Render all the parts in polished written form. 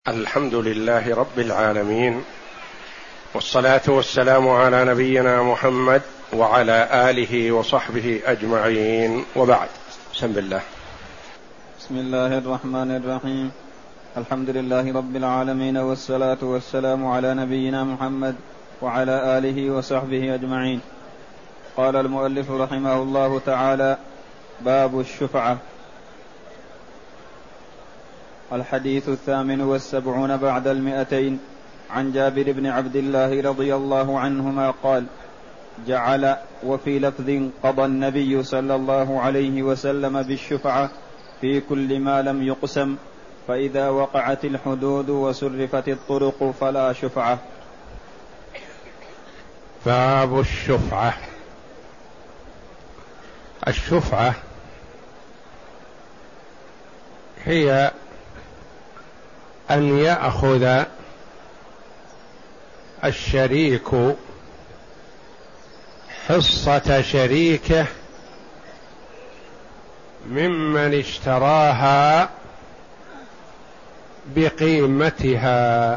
الحمد لله رب العالمين، والصلاة والسلام على نبينا محمد وعلى آله وصحبه أجمعين، وبعد. بسم الله. بسم الله الرحمن الرحيم. الحمد لله رب العالمين، والصلاة والسلام على نبينا محمد وعلى آله وصحبه أجمعين. قال المؤلف رحمه الله تعالى: باب الشفعة. الحديث 78 بعد 200 عن جابر بن عبد الله رضي الله عنهما قال: جعل، وفي لفظ قضى النبي صلى الله عليه وسلم بالشفعة في كل ما لم يقسم، فإذا وقعت الحدود وسرفت الطرق فلا شفعة. باب الشفعة. الشفعة هي أن يأخذ الشريك حصة شريكه ممن اشتراها بقيمتها،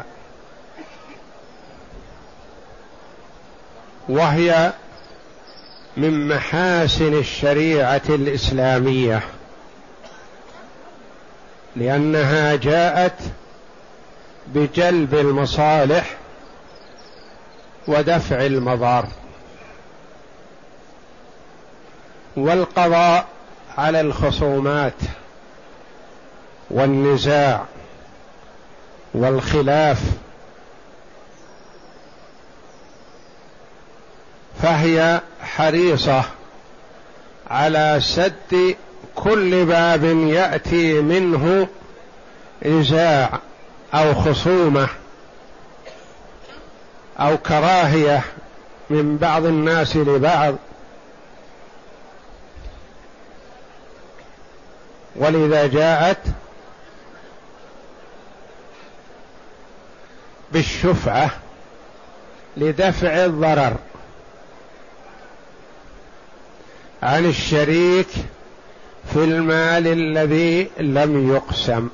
وهي من محاسن الشريعة الإسلامية، لأنها جاءت بجلب المصالح ودفع المضار والقضاء على الخصومات والنزاع والخلاف، فهي حريصة على سد كل باب يأتي منه نزاع أو خصومة أو كراهية من بعض الناس لبعض، ولذا جاءت بالشفعة لدفع الضرر عن الشريك في المال الذي لم يقسم.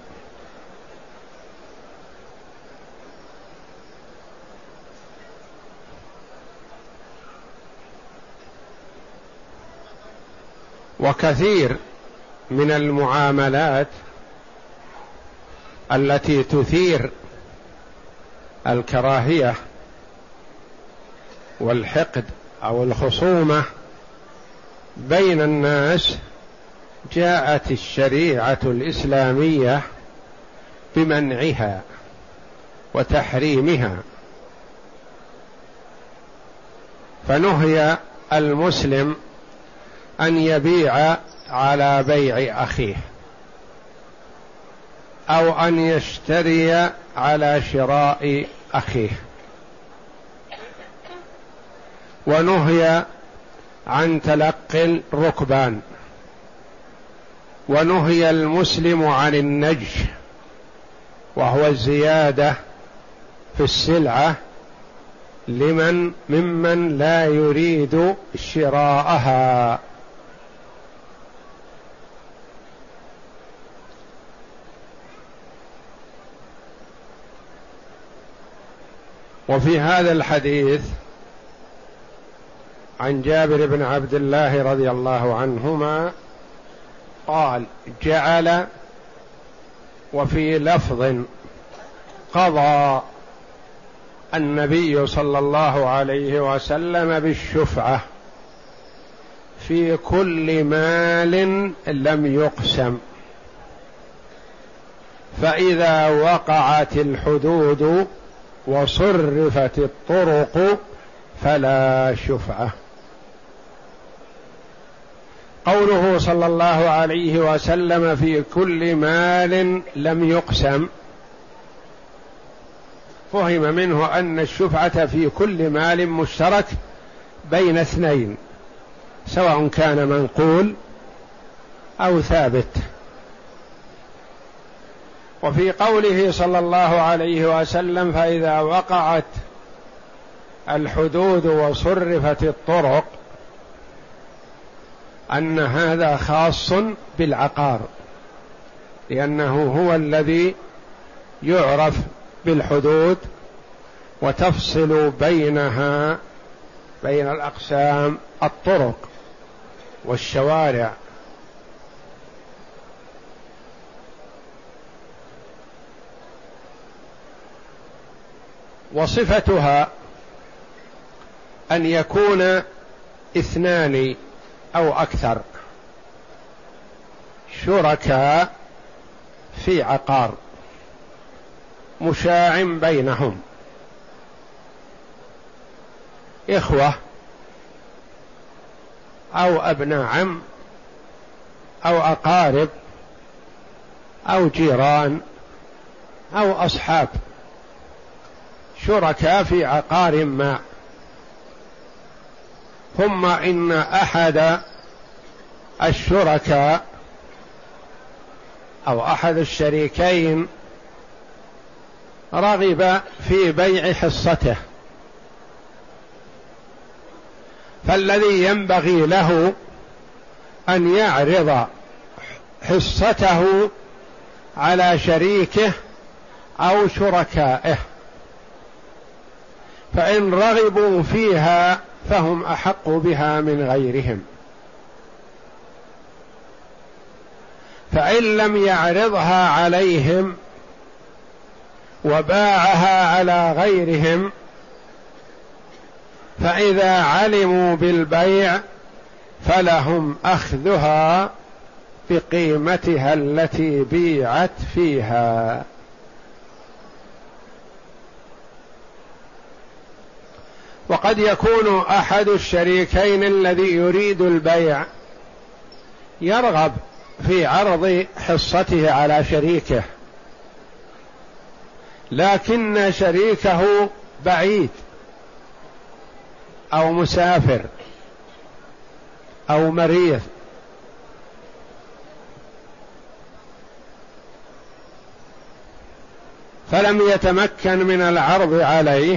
وكثير من المعاملات التي تثير الكراهية والحقد أو الخصومة بين الناس جاءت الشريعة الإسلامية بمنعها وتحريمها، فنهي المسلم أن يبيع على بيع أخيه أو أن يشتري على شراء أخيه، ونهي عن تلقي الركبان، ونهي المسلم عن النجش، وهو الزيادة في السلعة ممن لا يريد شراءها. وفي هذا الحديث عن جابر بن عبد الله رضي الله عنهما قال: جعل، وفي لفظ قضى النبي صلى الله عليه وسلم بالشفعة في كل مال لم يقسم، فإذا وقعت الحدود وصرفت الطرق فلا شفعة. قوله صلى الله عليه وسلم في كل مال لم يقسم، فهم منه أن الشفعة في كل مال مشترك بين اثنين، سواء كان منقول أو ثابت. وفي قوله صلى الله عليه وسلم فإذا وقعت الحدود وصرفت الطرق، أن هذا خاص بالعقار، لأنه هو الذي يعرف بالحدود وتفصل بينها بين الأقسام الطرق والشوارع. وصفتها أن يكون اثنان أو أكثر شركاء في عقار مشاع بينهم، إخوة أو أبناء عم أو أقارب أو جيران أو أصحاب، شركاء في عقار ما. ثم إن أحد الشركاء أو أحد الشريكين رغب في بيع حصته، فالذي ينبغي له أن يعرض حصته على شريكه أو شركائه، فإن رغبوا فيها فهم أحق بها من غيرهم، فإن لم يعرضها عليهم وباعها على غيرهم فإذا علموا بالبيع فلهم أخذها بقيمتها التي بيعت فيها. وقد يكون أحد الشريكين الذي يريد البيع يرغب في عرض حصته على شريكه، لكن شريكه بعيد أو مسافر أو مريض، فلم يتمكن من العرض عليه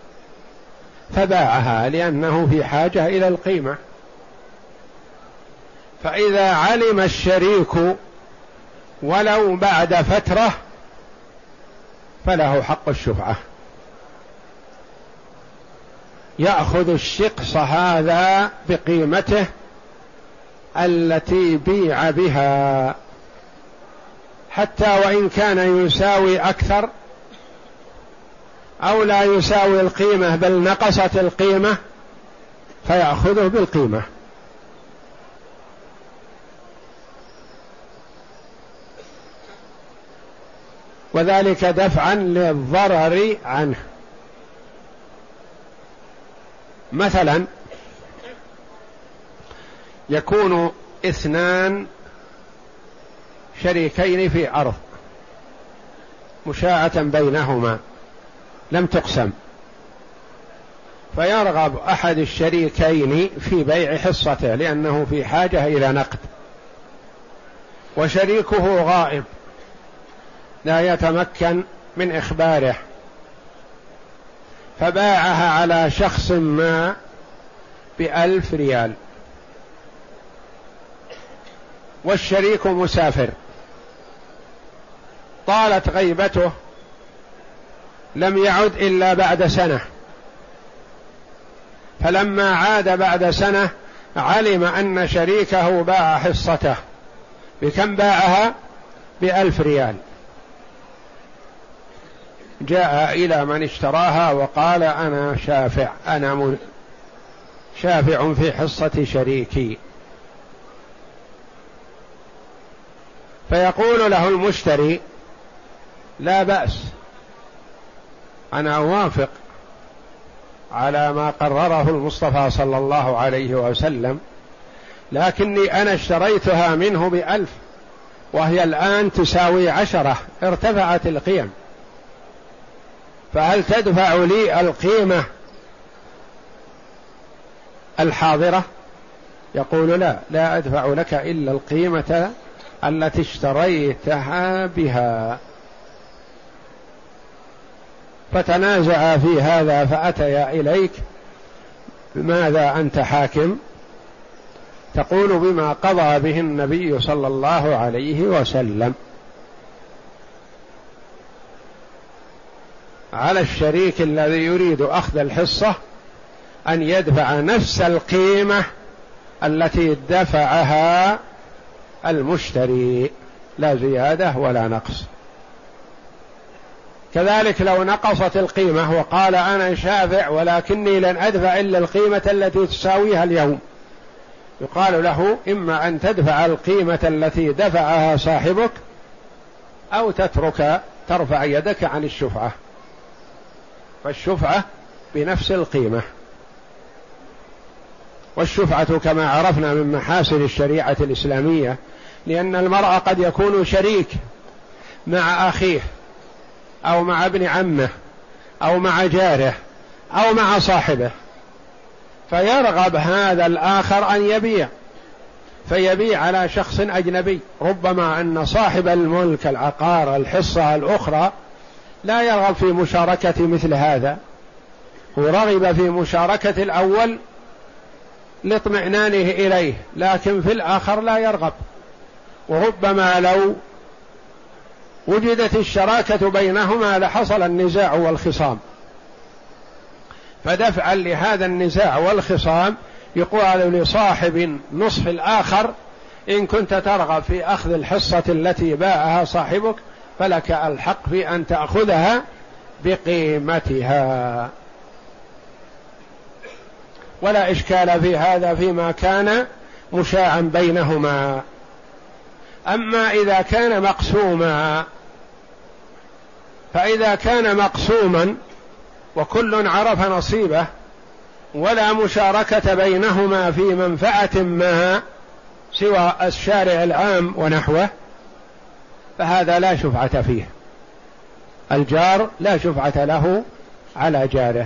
فباعها لأنه في حاجة إلى القيمة. فإذا علم الشريك ولو بعد فترة فله حق الشفعة، يأخذ الشقص هذا بقيمته التي بيع بها، حتى وإن كان يساوي أكثر أو لا يساوي القيمة بل نقصت القيمة فيأخذه بالقيمة. وذلك دفعا للضرر عنه. مثلا يكون اثنان شريكين في أرض مشاعة بينهما لم تقسم، فيرغب أحد الشريكين في بيع حصته لأنه في حاجة إلى نقد، وشريكه غائب لا يتمكن من إخباره، فباعها على شخص ما ب1,000 ريال، والشريك مسافر طالت غيبته لم يعد إلا بعد سنة، فلما عاد بعد سنة علم أن شريكه باع حصته. بكم باعها؟ ب1,000 ريال. جاء إلى من اشتراها وقال أنا شافع، أنا شافع في حصة شريكي، فيقول له المشتري لا بأس، أنا أوافق على ما قرره المصطفى صلى الله عليه وسلم، لكني أنا اشتريتها منه ب1,000 وهي الآن تساوي 10، ارتفعت القيم، فهل تدفع لي القيمة الحاضرة؟ يقول لا أدفع لك إلا القيمة التي اشتريتها بها. فتنازعا في هذا فأتيا إليك، ماذا أنت حاكم؟ تقول بما قضى به النبي صلى الله عليه وسلم. على الشريك الذي يريد أخذ الحصة أن يدفع نفس القيمة التي دفعها المشتري، لا زيادة ولا نقص. كذلك لو نقصت القيمة وقال أنا شافع ولكني لن أدفع إلا القيمة التي تساويها اليوم، يقال له إما أن تدفع القيمة التي دفعها صاحبك أو ترفع يدك عن الشفعة، فالشفعة بنفس القيمة. والشفعة كما عرفنا من محاسن الشريعة الإسلامية، لأن المرء قد يكون شريك مع أخيه أو مع ابن عمه أو مع جاره أو مع صاحبه، فيرغب هذا الآخر أن يبيع، فيبيع على شخص أجنبي، ربما أن صاحب الملك العقار الحصة الأخرى لا يرغب في مشاركة مثل هذا، هو رغب في مشاركة الأول لاطمئنانه إليه، لكن في الآخر لا يرغب. وربما لو وجدت الشراكة بينهما لحصل النزاع والخصام، فدفعا لهذا النزاع والخصام يقال لصاحب نصف الآخر إن كنت ترغب في أخذ الحصة التي باعها صاحبك فلك الحق في أن تأخذها بقيمتها، ولا إشكال في هذا فيما كان مشاعا بينهما. أما إذا كان مقسوما، فإذا كان مقسوما وكل عرف نصيبه ولا مشاركة بينهما في منفعة ما سوى الشارع العام ونحوه، فهذا لا شفعة فيه، الجار لا شفعة له على جاره.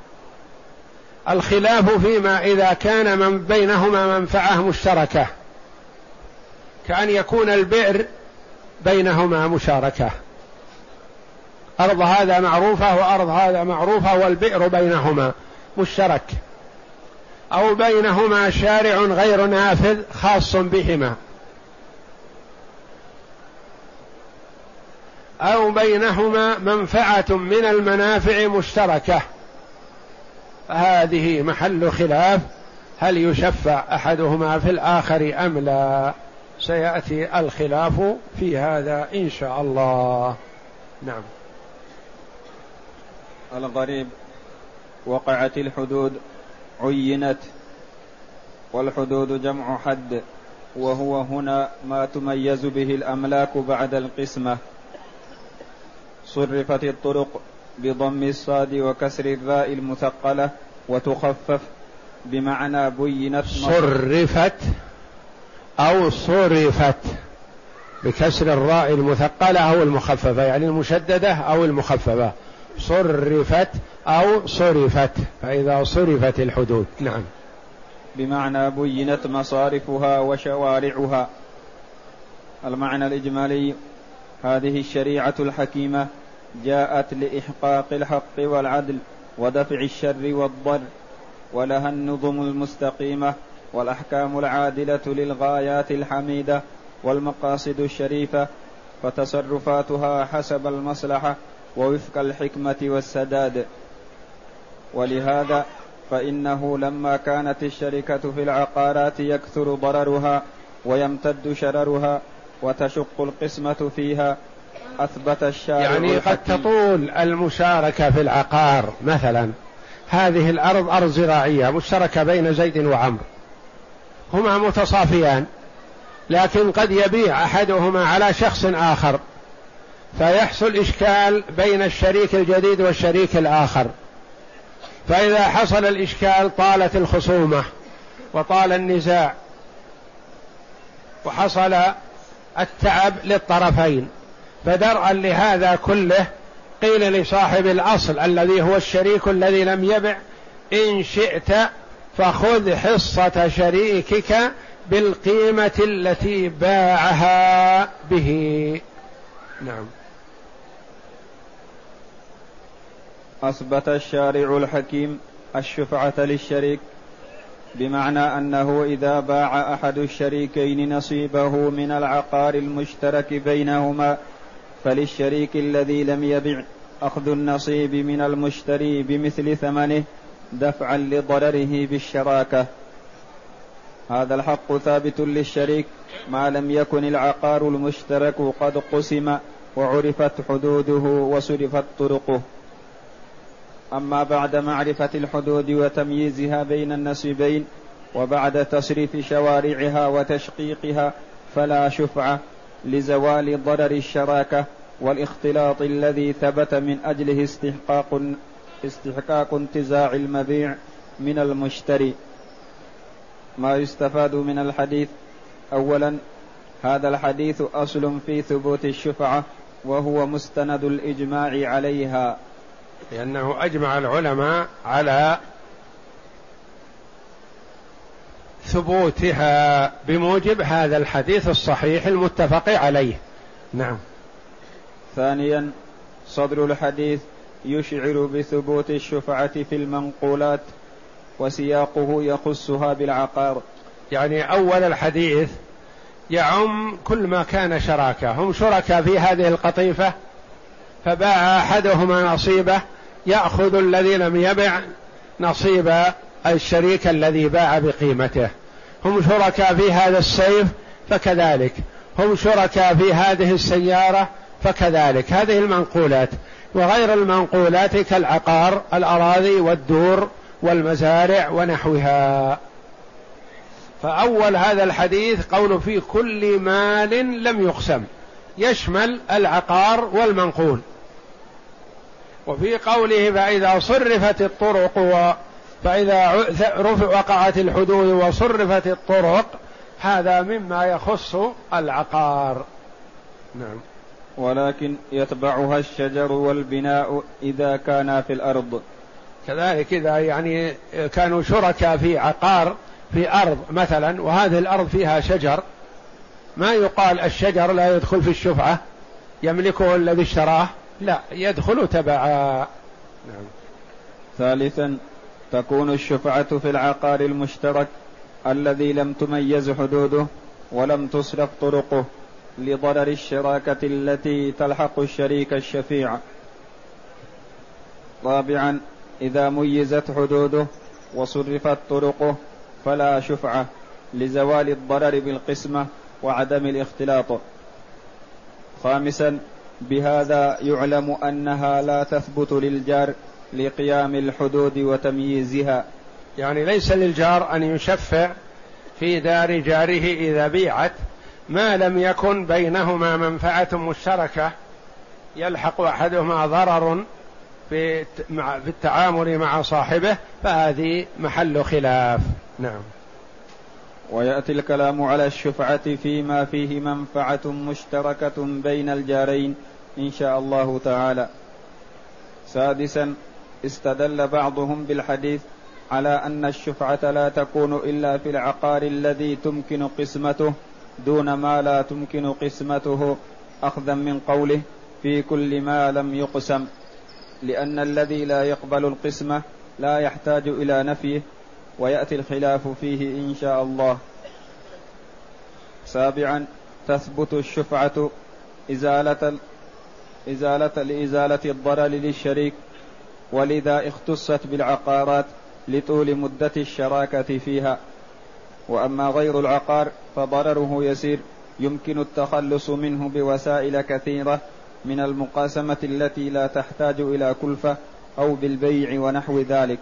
الخلاف فيما إذا كان من بينهما منفعة مشتركة، كأن يكون البئر بينهما مشاركة، أرض هذا معروفة وأرض هذا معروفة والبئر بينهما مشترك، أو بينهما شارع غير نافذ خاص بهما، أو بينهما منفعة من المنافع مشتركة، هذه محل خلاف، هل يشفع أحدهما في الآخر أم لا؟ سيأتي الخلاف في هذا إن شاء الله. نعم. الغريب: وقعت الحدود عينت، والحدود جمع حد، وهو هنا ما تميز به الأملاك بعد القسمة. صرفت الطرق بضم الصاد وكسر الراء المثقلة وتخفف بمعنى بينت. صرفت أو صرفت بكسر الراء المثقلة أو المخففة، يعني المشددة أو المخففة، صرفت أو صرفت، فإذا صرفت الحدود. نعم. بمعنى بينت مصارفها وشوارعها. المعنى الإجمالي: هذه الشريعة الحكيمة جاءت لإحقاق الحق والعدل ودفع الشر والضر، ولها النظم المستقيمة والأحكام العادلة للغايات الحميدة والمقاصد الشريفة، فتصرفاتها حسب المصلحة ووفق الحكمة والسداد. ولهذا فإنه لما كانت الشركة في العقارات يكثر ضررها ويمتد شررها وتشق القسمة فيها، أثبت الشارع يعني قد تطول المشاركة في العقار، مثلا هذه الأرض أرض زراعية مشتركة بين زيد وعمرو، هما متصافيان، لكن قد يبيع أحدهما على شخص آخر، فيحصل إشكال بين الشريك الجديد والشريك الآخر، فإذا حصل الإشكال طالت الخصومة وطال النزاع وحصل التعب للطرفين، فدرءا لهذا كله قيل لصاحب الأصل الذي هو الشريك الذي لم يبع: إن شئت فخذ حصة شريكك بالقيمة التي باعها به. نعم. أثبت الشارع الحكيم الشفعة للشريك، بمعنى أنه إذا باع أحد الشريكين نصيبه من العقار المشترك بينهما فللشريك الذي لم يبع أخذ النصيب من المشتري بمثل ثمنه دفعا لضرره بالشراكة. هذا الحق ثابت للشريك ما لم يكن العقار المشترك قد قسم وعرفت حدوده وصرفت طرقه. أما بعد معرفة الحدود وتمييزها بين النصيبين وبعد تصريف شوارعها وتشقيقها فلا شفعة لزوال ضرر الشراكة والاختلاط الذي ثبت من أجله استحقاق انتزاع المبيع من المشتري. ما يستفاد من الحديث: أولا، هذا الحديث أصل في ثبوت الشفعة وهو مستند الإجماع عليها، لأنه أجمع العلماء على ثبوتها بموجب هذا الحديث الصحيح المتفق عليه. نعم. ثانيا، صدر الحديث يشعر بثبوت الشفعة في المنقولات وسياقه يخصها بالعقار. يعني أول الحديث يعم كل ما كان شراكة، هم شركاء في هذه القطيفة فباع أحدهما نصيبه، يأخذ الذي لم يبع نصيب الشريك الذي باع بقيمته. هم شركاء في هذا السيف فكذلك، هم شركاء في هذه السيارة فكذلك. هذه المنقولات، وغير المنقولات كالعقار، الأراضي والدور والمزارع ونحوها. فأول هذا الحديث قول في كل مال لم يقسم، يشمل العقار والمنقول. وفي قوله فإذا صرفت الطرق فإذا وقعت الحدود وصرفت الطرق، هذا مما يخص العقار. نعم. ولكن يتبعها الشجر والبناء إذا كانا في الأرض. كذلك إذا يعني كانوا شركاء في عقار في أرض مثلا، وهذه الأرض فيها شجر، ما يقال الشجر لا يدخل في الشفعة، يملكه الذي اشتراه، لا، يدخل تبعا. نعم. ثالثا، تكون الشفعة في العقار المشترك الذي لم تميز حدوده ولم تصرف طرقه لضرر الشراكة التي تلحق الشريك الشفيع. رابعا، إذا ميزت حدوده وصرفت طرقه فلا شفعة لزوال الضرر بالقسمة وعدم الاختلاط. خامسا، بهذا يعلم أنها لا تثبت للجار لقيام الحدود وتمييزها. يعني ليس للجار أن يشفع في دار جاره إذا بيعت ما لم يكن بينهما منفعة مشتركة يلحق أحدهما ضرر في التعامل مع صاحبه، فهذه محل خلاف. نعم. ويأتي الكلام على الشفعة فيما فيه منفعة مشتركة بين الجارين إن شاء الله تعالى. سادسا، استدل بعضهم بالحديث على أن الشفعة لا تكون إلا في العقار الذي تمكن قسمته دون ما لا تمكن قسمته، أخذا من قوله في كل ما لم يقسم، لأن الذي لا يقبل القسمة لا يحتاج إلى نفيه، ويأتي الخلاف فيه إن شاء الله. سابعا، تثبت الشفعة لإزالة الضرر للشريك، ولذا اختصت بالعقارات لطول مدة الشراكة فيها. وأما غير العقار فضرره يسير، يمكن التخلص منه بوسائل كثيرة من المقاسمة التي لا تحتاج إلى كلفة أو بالبيع ونحو ذلك.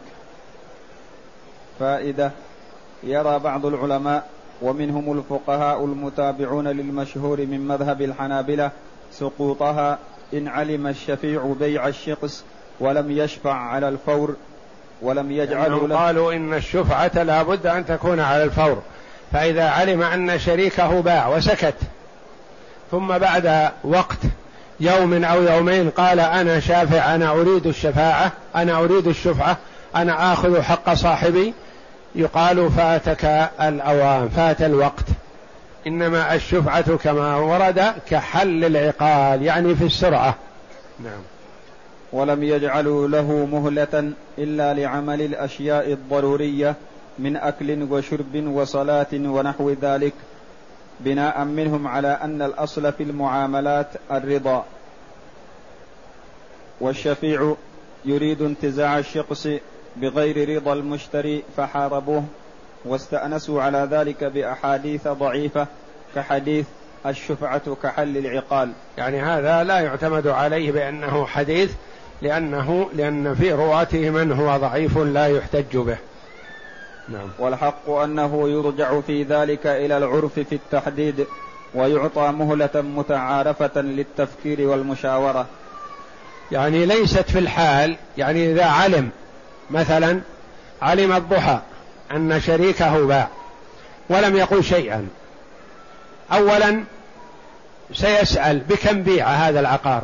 فائدة: يرى بعض العلماء ومنهم الفقهاء المتابعون للمشهور من مذهب الحنابلة سقوطها إن علم الشفيع بيع الشخص ولم يشفع على الفور ولم يجعله له. قالوا إن الشفعة لا بد أن تكون على الفور، فإذا علم أن شريكه باع وسكت ثم بعد وقت يوم أو يومين قال أنا شافع، أنا أريد الشفاعة، أنا أريد الشفعة، أنا آخذ حق صاحبي، يقال فاتك الأوان، فات الوقت. إنما الشفعة كما ورد كحل العقال، يعني في السرعة. نعم. ولم يجعلوا له مهلة إلا لعمل الأشياء الضرورية من أكل وشرب وصلاة ونحو ذلك، بناء منهم على أن الأصل في المعاملات الرضا. والشفيع يريد انتزاع الشقص بغير رضا المشتري فحاربوه، واستأنسوا على ذلك بأحاديث ضعيفة كحديث الشفعة كحل العقال. يعني هذا لا يعتمد عليه بأنه حديث، لأن في رواته من هو ضعيف لا يحتج به. نعم. والحق أنه يرجع في ذلك إلى العرف في التحديد، ويعطى مهلة متعارفة للتفكير والمشاورة. يعني ليست في الحال، يعني إذا مثلا علم الضحى أن شريكه باع ولم يقل شيئا، أولا سيسأل بكم بيع هذا العقار،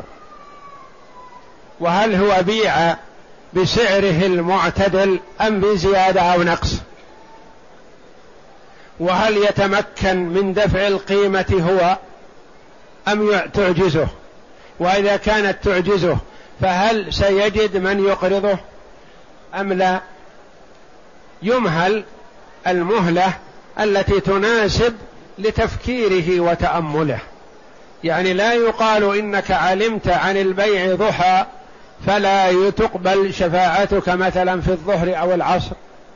وهل هو بيع بسعره المعتدل أم بزيادة أو نقص، وهل يتمكن من دفع القيمة هو أم تعجزه، وإذا كانت تعجزه فهل سيجد من يقرضه أم لا. يمهل المهلة التي تناسب لتفكيره وتأمله. يعني لا يقال إنك علمت عن البيع ضحى فلا تقبل شفاعتك مثلا في الظهر أو العصر،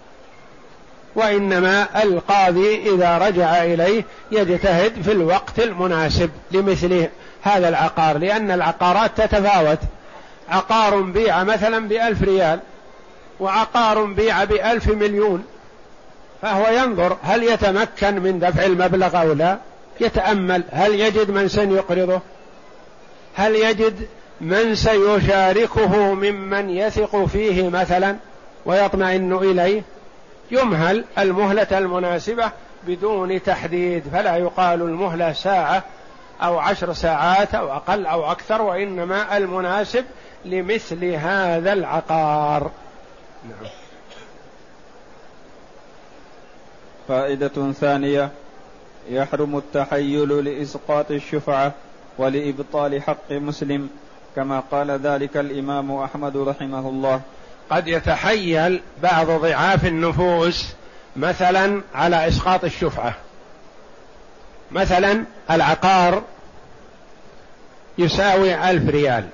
وإنما القاضي إذا رجع إليه يجتهد في الوقت المناسب لمثل هذا العقار، لأن العقارات تتفاوت. عقار بيع مثلا ب1000 ريال وعقار بيع ب1000 مليون، فهو ينظر هل يتمكن من دفع المبلغ أو لا، يتأمل هل يجد من سيقرضه، هل يجد من سيشاركه ممن يثق فيه مثلا ويطمئن إليه. يمهل المهلة المناسبة بدون تحديد، فلا يقال المهلة ساعة أو 10 ساعات أو أقل أو أكثر، وإنما المناسب لمثل هذا العقار. نعم. فائدة ثانية: يحرم التحيل لإسقاط الشفعة ولإبطال حق مسلم، كما قال ذلك الإمام أحمد رحمه الله. قد يتحيل بعض ضعاف النفوس مثلا على إسقاط الشفعة. مثلا العقار يساوي 1000 ريال،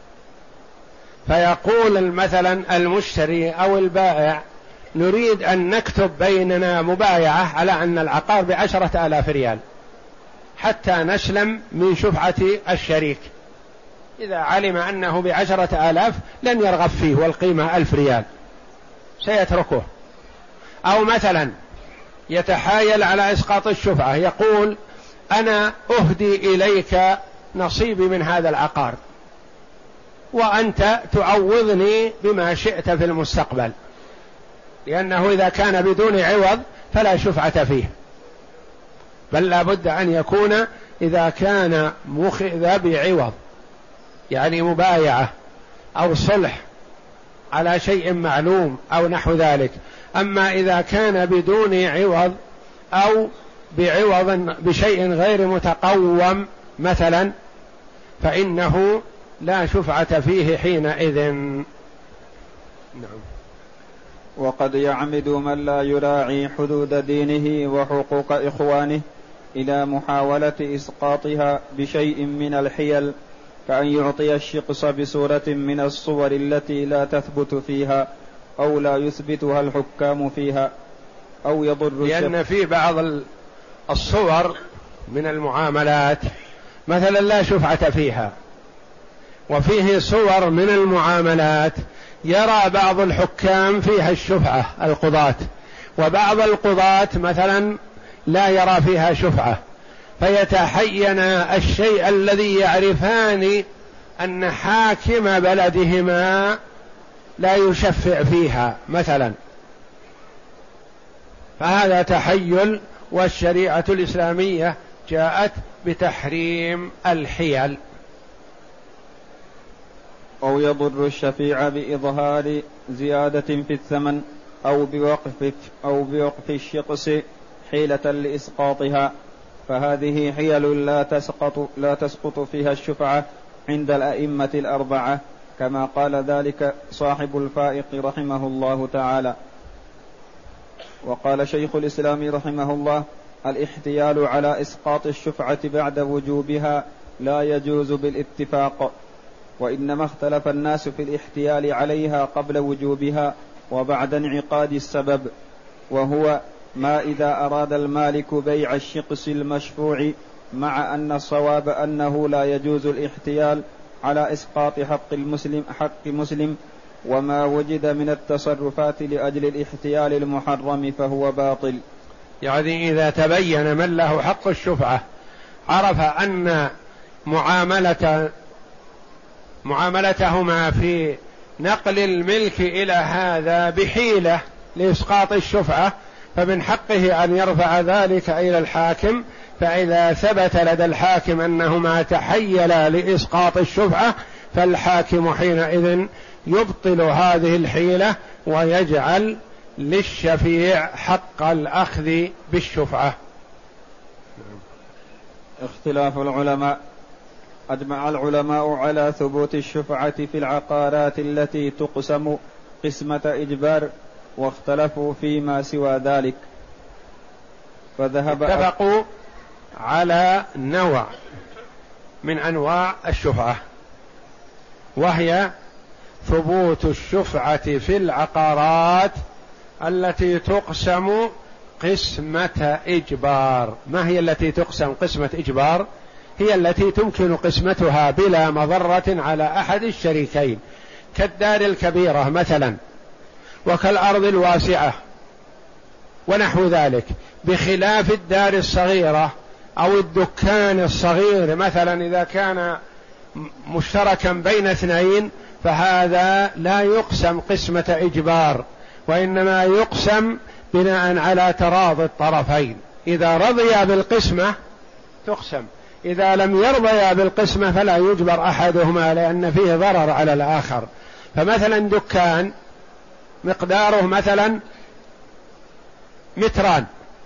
فيقول مثلا المشتري أو البائع: نريد أن نكتب بيننا مبايعة على أن العقار ب10,000 ريال حتى نسلم من شفعة الشريك. إذا علم أنه ب10,000 لن يرغب فيه والقيمة 1000 ريال، سيتركه. أو مثلا يتحايل على إسقاط الشفعة، يقول: أنا أهدي إليك نصيبي من هذا العقار وأنت تعوضني بما شئت في المستقبل، لأنه إذا كان بدون عوض فلا شفعة فيه، بل لا بد أن يكون إذا كان مخذ بعوض، يعني مبايعة أو صلح على شيء معلوم أو نحو ذلك. أما إذا كان بدون عوض أو بعوض بشيء غير متقوم مثلا فإنه لا شفعة فيه حينئذ. نعم. وقد يعمد من لا يراعي حدود دينه وحقوق إخوانه إلى محاولة إسقاطها بشيء من الحيل، كأن يعطي الشقص بصورة من الصور التي لا تثبت فيها أو لا يثبتها الحكام فيها، أو يضر لأن في بعض الصور من المعاملات مثلا لا شفعة فيها، وفيه صور من المعاملات يرى بعض الحكام فيها الشفعة القضاة، وبعض القضاة مثلا لا يرى فيها شفعة، فيتحين الشيء الذي يعرفان أن حاكم بلدهما لا يشفع فيها مثلا، فهذا تحيل. والشريعة الإسلامية جاءت بتحريم الحيل. أو يضر الشفيع بإظهار زيادة في الثمن أو بوقف الشقص حيلة لإسقاطها، فهذه حيل لا تسقط فيها الشفعة عند الأئمة الأربعة، كما قال ذلك صاحب الفائق رحمه الله تعالى. وقال شيخ الإسلام رحمه الله: الاحتيال على إسقاط الشفعة بعد وجوبها لا يجوز بالاتفاق، وإنما اختلف الناس في الاحتيال عليها قبل وجوبها وبعد انعقاد السبب، وهو ما إذا أراد المالك بيع الشقص المشفوع، مع أن الصواب أنه لا يجوز الاحتيال على إسقاط حق مسلم، وما وجد من التصرفات لأجل الاحتيال المحرم فهو باطل. يعني إذا تبين من له حق الشفعة عرف أن معاملتهما في نقل الملك إلى هذا بحيلة لإسقاط الشفعة، فمن حقه أن يرفع ذلك إلى الحاكم، فإذا ثبت لدى الحاكم أنهما تحيلا لإسقاط الشفعة فالحاكم حينئذ يبطل هذه الحيلة ويجعل للشفيع حق الأخذ بالشفعة. اختلاف العلماء. أجمع العلماء على ثبوت الشفعة في العقارات التي تقسم قسمة إجبار، واختلفوا فيما سوى ذلك، اتفقوا على نوع من أنواع الشفعة، وهي ثبوت الشفعة في العقارات التي تقسم قسمة إجبار. ما هي التي تقسم قسمة إجبار؟ هي التي تمكن قسمتها بلا مضرة على أحد الشريكين، كالدار الكبيرة مثلا، وكالأرض الواسعة ونحو ذلك، بخلاف الدار الصغيرة أو الدكان الصغير مثلا إذا كان مشتركا بين اثنين، فهذا لا يقسم قسمة إجبار، وإنما يقسم بناء على تراضي الطرفين. إذا رضيا بالقسمة تقسم، إذا لم يرضيا بالقسمة فلا يجبر أحدهما، لأن فيه ضرر على الآخر. فمثلا دكان مقداره مثلا 2 متر،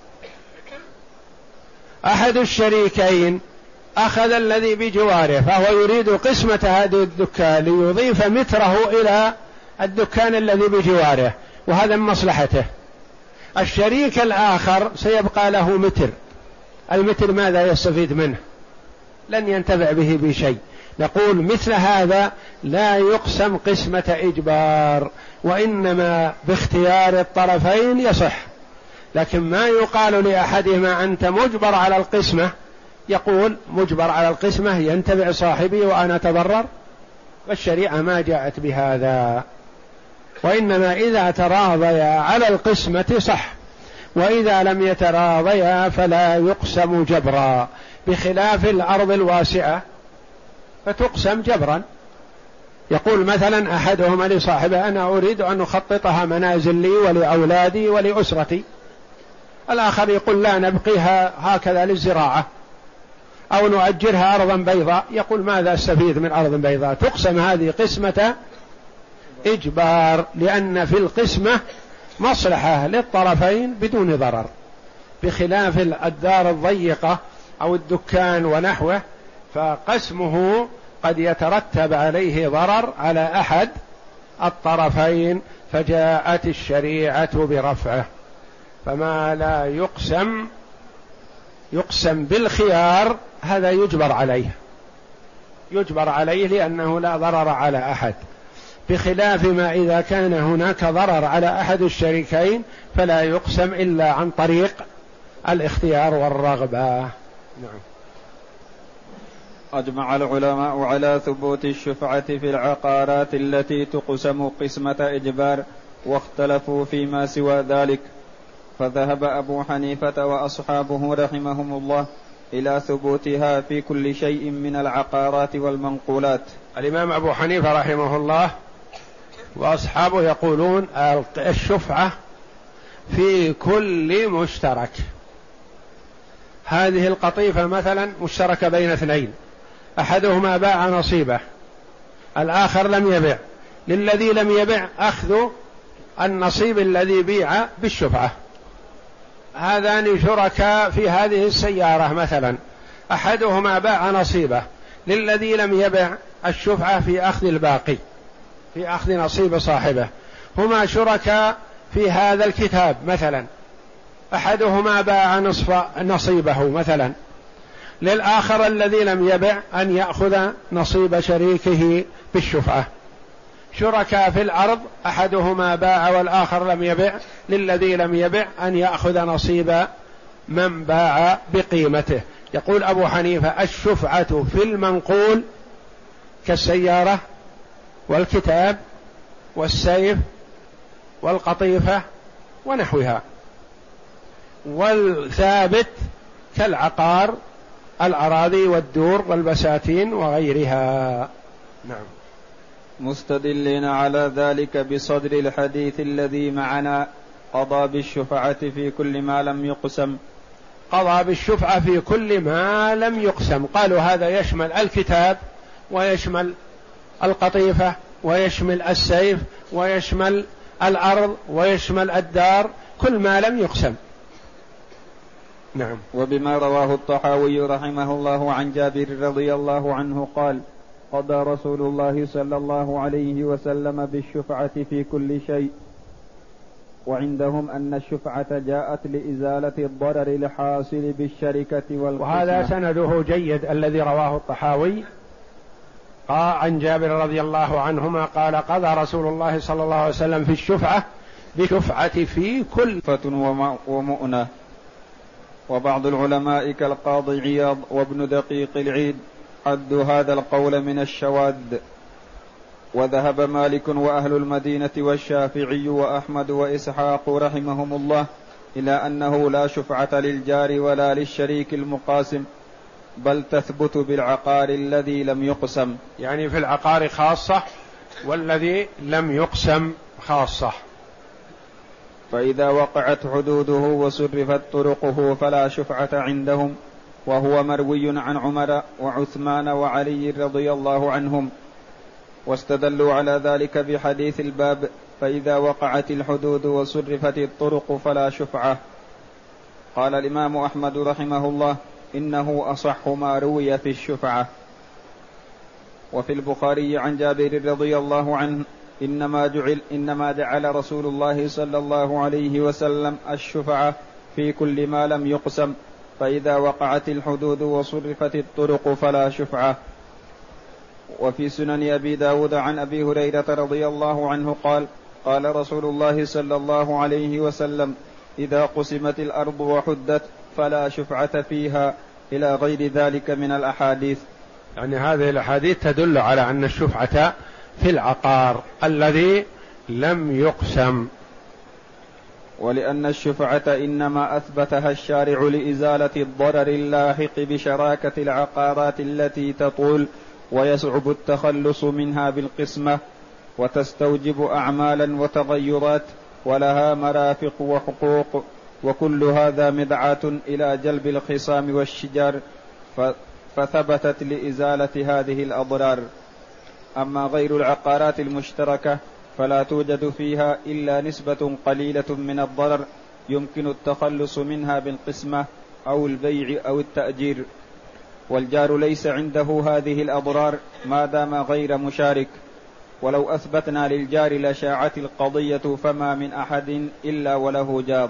أحد الشريكين أخذ الذي بجواره فهو يريد قسمة هذه الدكان ليضيف متره إلى الدكان الذي بجواره، وهذا من مصلحته. الشريك الآخر سيبقى له متر، المتر ماذا يستفيد منه؟ لن ينتفع به بشيء. نقول مثل هذا لا يقسم قسمة إجبار، وإنما باختيار الطرفين يصح. لكن ما يقال لأحدهما أنت مجبر على القسمة، يقول مجبر على القسمة ينتفع صاحبي وأنا أتضرر، والشريعة ما جاءت بهذا. وإنما إذا تراضيا على القسمة صح، وإذا لم يتراضيا فلا يقسم جبرا، بخلاف الأرض الواسعة فتقسم جبرا. يقول مثلا أحدهما لصاحبه أنا أريد أن أخططها منازل لي ولأولادي ولأسرتي، الآخر يقول لا نبقيها هكذا للزراعة أو نؤجرها أرضا بيضاء، يقول ماذا استفيد من أرض بيضاء؟ تقسم هذه قسمة إجبار، لأن في القسمة مصلحة للطرفين بدون ضرر، بخلاف الدار الضيقة أو الدكان ونحوه، فقسمه قد يترتب عليه ضرر على أحد الطرفين، فجاءت الشريعة برفعه. فما لا يقسم بالخيار هذا يجبر عليه لأنه لا ضرر على أحد، بخلاف ما إذا كان هناك ضرر على أحد الشريكين فلا يقسم إلا عن طريق الاختيار والرغبة. نعم. أجمع العلماء على ثبوت الشفعة في العقارات التي تقسم قسمة إجبار، واختلفوا فيما سوى ذلك، فذهب أبو حنيفة وأصحابه رحمهم الله إلى ثبوتها في كل شيء من العقارات والمنقولات. الإمام أبو حنيفة رحمه الله وأصحابه يقولون الشفعة في كل مشترك. هذه القطيفة مثلا مشتركة بين اثنين، أحدهما باع نصيبه، الآخر لم يبع، للذي لم يبع أخذ النصيب الذي بيع بالشفعة. هذان شركاء في هذه السيارة مثلا، أحدهما باع نصيبه، للذي لم يبع الشفعة في أخذ الباقي، في أخذ نصيب صاحبه. هما شركاء في هذا الكتاب مثلا، أحدهما باع نصف نصيبه مثلا، للآخر الذي لم يبع أن يأخذ نصيب شريكه بالشفعة. شركاء في العرض أحدهما باع والآخر لم يبع، للذي لم يبع أن يأخذ نصيب من باع بقيمته. يقول أبو حنيفة: الشفعة في المنقول كالسيارة والكتاب والسيف والقطيفة ونحوها، والثابت كالعقار، الأراضي والدور والبساتين وغيرها. نعم. مستدلين على ذلك بصدر الحديث الذي معنا: قضى بالشفعة في كل ما لم يقسم. قضى بالشفعة في كل ما لم يقسم، قالوا هذا يشمل الكتاب ويشمل القطيفة ويشمل السيف ويشمل الأرض ويشمل الدار، كل ما لم يقسم. نعم. وبما رواه الطحاوي رحمه الله عن جابر رضي الله عنه قال: قضى رسول الله صلى الله عليه وسلم بالشفعة في كل شيء، وعندهم أن الشفعة جاءت لإزالة الضرر الحاصل بالشركة والقسمة. وهذا سنده جيد الذي رواه الطحاوي عن جابر رضي الله عنهما قال: قضى رسول الله صلى الله عليه وسلم في الشفعة بشفعة في كل ومؤنة. وبعض العلماء كالقاضي عياض وابن دقيق العيد عدوا هذا القول من الشواذ. وذهب مالك وأهل المدينة والشافعي وأحمد وإسحاق رحمهم الله إلى أنه لا شفعة للجار ولا للشريك المقاسم، بل تثبت بالعقار الذي لم يقسم. يعني في العقار خاصة والذي لم يقسم خاصة. فإذا وقعت حدوده وصرفت طرقه فلا شفعة عندهم، وهو مروي عن عمر وعثمان وعلي رضي الله عنهم. واستدلوا على ذلك بحديث الباب: فإذا وقعت الحدود وصرفت الطرق فلا شفعة. قال الإمام أحمد رحمه الله: إنه أصح ما روي في الشفعة. وفي البخاري عن جابر رضي الله عنه: إنما جعل رسول الله صلى الله عليه وسلم الشفعة في كل ما لم يقسم، فإذا وقعت الحدود وصرفت الطرق فلا شفعة. وفي سنن أبي داود عن أبي هريرة رضي الله عنه قال: قال رسول الله صلى الله عليه وسلم: إذا قسمت الأرض وحدت فلا شفعة فيها، إلى غير ذلك من الأحاديث. يعني هذه الأحاديث تدل على أن الشفعة في العقار الذي لم يقسم. ولأن الشفعة إنما أثبتها الشارع لإزالة الضرر اللاحق بشراكة العقارات التي تطول ويصعب التخلص منها بالقسمة، وتستوجب أعمالا وتغيرات ولها مرافق وحقوق، وكل هذا مدعاة إلى جلب الخصام والشجار، فثبتت لإزالة هذه الأضرار. أما غير العقارات المشتركة فلا توجد فيها إلا نسبة قليلة من الضرر يمكن التخلص منها بالقسمة أو البيع أو التأجير، والجار ليس عنده هذه الأضرار ما دام غير مشارك. ولو أثبتنا للجار لشاعت القضية، فما من أحد إلا وله جار.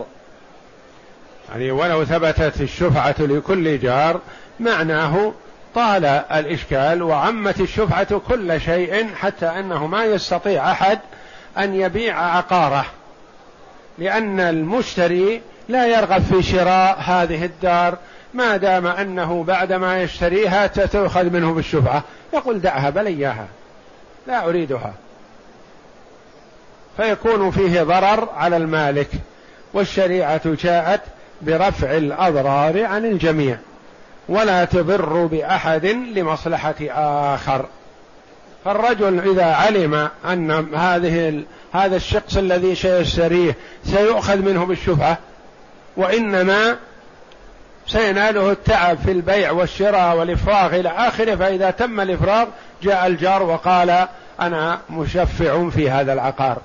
يعني ولو ثبتت الشفعة لكل جار معناه طال الإشكال وعمت الشفعة كل شيء، حتى أنه ما يستطيع أحد أن يبيع عقاره، لأن المشتري لا يرغب في شراء هذه الدار ما دام أنه بعدما يشتريها تأخذ منه بالشفعة، يقول دعها بل إياها لا أريدها، فيكون فيه ضرر على المالك. والشريعة جاءت برفع الأضرار عن الجميع، ولا تضر بأحد لمصلحة آخر. فالرجل إذا علم أن هذا الشخص الذي سيشتريه سيؤخذ منه بالشفعة، وإنما سيناله التعب في البيع والشراء والإفراغ إلى آخره، فإذا تم الإفراغ جاء الجار وقال أنا مشفع في هذا العقار،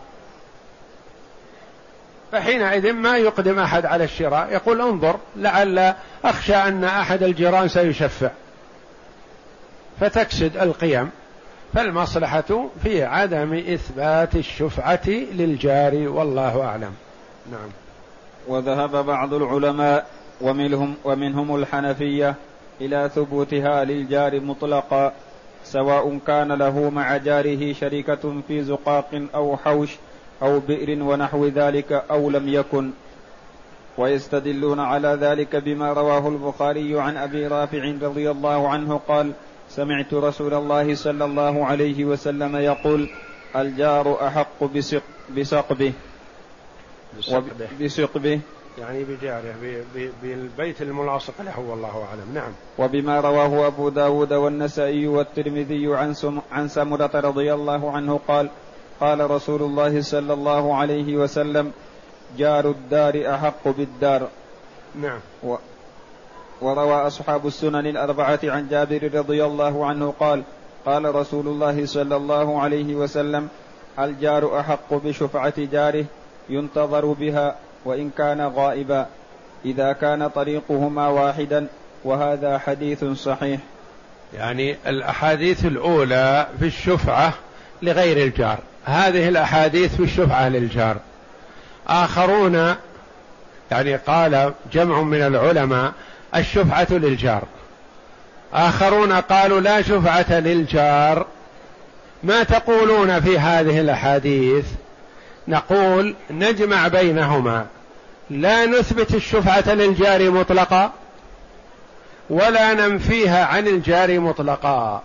فحينئذ ما يقدم أحد على الشراء، يقول انظر لعل أخشى أن أحد الجيران سيشفع فتكسد القيم. فالمصلحة في عدم إثبات الشفعة للجار، والله أعلم. نعم. وذهب بعض العلماء ومنهم الحنفية إلى ثبوتها للجار مطلقا، سواء كان له مع جاره شركة في زقاق أو حوش أو بئر ونحو ذلك أو لم يكن. ويستدلون على ذلك بما رواه البخاري عن أبي رافع رضي الله عنه قال: سمعت رسول الله صلى الله عليه وسلم يقول: الجار أحق بسقبه يعني بجاره بالبيت الملاصق له، والله أعلم. نعم. وبما رواه أبو داود والنسائي والترمذي عن سمرة رضي الله عنه قال: قال رسول الله صلى الله عليه وسلم: جار الدار أحق بالدار. نعم. وروى أصحاب السنن الأربعة عن جابر رضي الله عنه قال: قال رسول الله صلى الله عليه وسلم: الجار أحق بشفعة جاره ينتظر بها وإن كان غائبا إذا كان طريقهما واحدا، وهذا حديث صحيح. يعني الأحاديث الأولى في الشفعة لغير الجار، هذه الأحاديث في الشفعة للجار. آخرون يعني قال جمع من العلماء الشفعة للجار، آخرون قالوا لا شفعة للجار. ما تقولون في هذه الأحاديث؟ نقول نجمع بينهما، لا نثبت الشفعة للجار مطلقا ولا ننفيها عن الجار مطلقا،